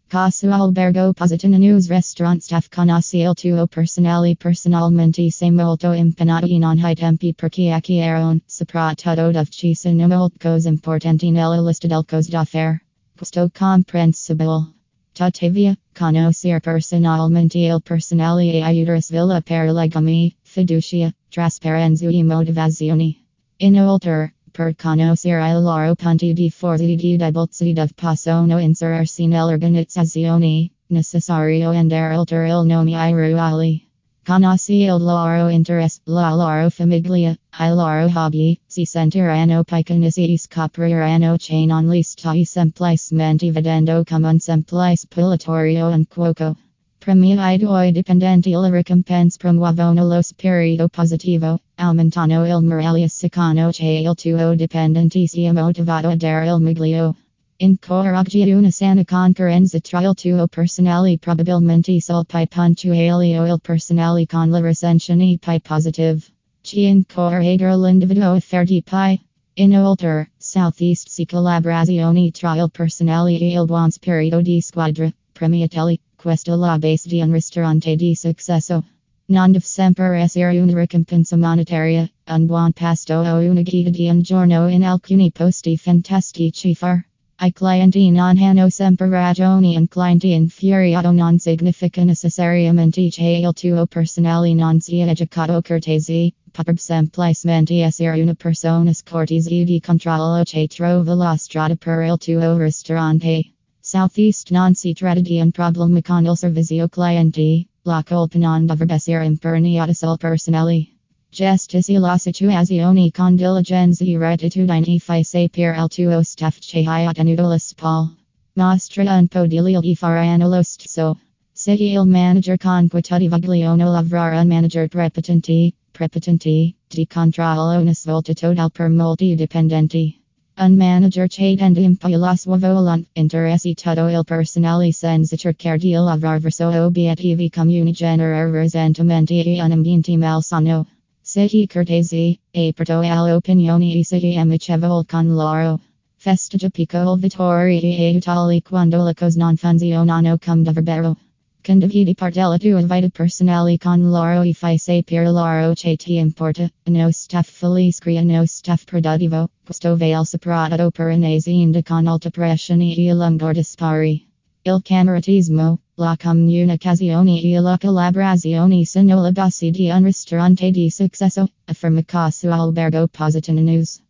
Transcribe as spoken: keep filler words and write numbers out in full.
Casu albergo positano news restaurant staff conosce il tuo personale personalmente sei molto impegnato in non hai tempi perché acquierono soprattutto ci sono molte cose importanti nella lista del cose da fare. Questo comprensibile. Tuttavia, conoscere personalmente il personale e aiutare a sviluppare legami, fiducia, trasparenza e motivazioni. Inoltre, per conoscere il loro punti di forza e di debolezza possono inserirsi nell'organizzazione, necessario andare oltre il nome ai ruoli. Conosci il loro interesse, la loro famiglia, I loro hobby, si sentiranno picconis e scopriranno che non li stai semplicemente vedendo come un semplice pullatorio un cuoco. Premia i tuoi dipendenti la ricompensa promuovono lo spirito positivo, aumentano il morale secondo che il tuo dipendente sia motivato a dare il meglio. Incoraggi una sana concorrenza tra il tuo personale probabilmente sul pi punctualio il personale con la recensione pi positive. Ci incoraggiare l'individuo a farti pi. Inoltre, Southeast si collaborazione tra il personale e il buon spirito di squadra, premiatelli. Questa la base di un ristorante di successo. Non deve sempre essere una ricompensa monetaria, un buon pasto o una guida di un giorno in alcuni posti fantastici far. I clienti non hanno sempre ragione un cliente infuriato non significa necessariamente che il tuo personale non sia educato cortese, potrebbe semplicemente essere una persona scortese di controllo che trova la strada per il tuo ristorante. Southeast non si tratta di un problema con il servizio clienti, la colpa non dovrebbe essere imperniata sul personale. Gestisci la situazione con diligenza e rettitudine fai sapere al tuo staff che hai ottenuto le spalle. Mostra un po' di lealtà faranno lo stesso. Se il manager con cui tutti vogliono lavorare un manager prepotente, prepotente, di controllo una svolta totale per molti dipendenti. Un manager che tende impoi la sua volante interessi tutto il personale senza cercare di lavorare verso obiettivi comuni genera risentimenti e un ambiente malsano. Sii cortese, aperto all'opinione e sii amichevole con loro. Festeggia piccole vittorie e aiutali quando le cose non funzionano come dovrebbero. Condividi parte la tua vita personale con loro e fai sapere loro che ti importa. Uno staff felice crea uno staff produttivo. Questo vale soprattutto per un'azienda con alta pressione e lungo dispari. Il cameratismo, la comunicazione e la collaborazione sono la base di un ristorante di successo, afferma Casu Albergo Positano News.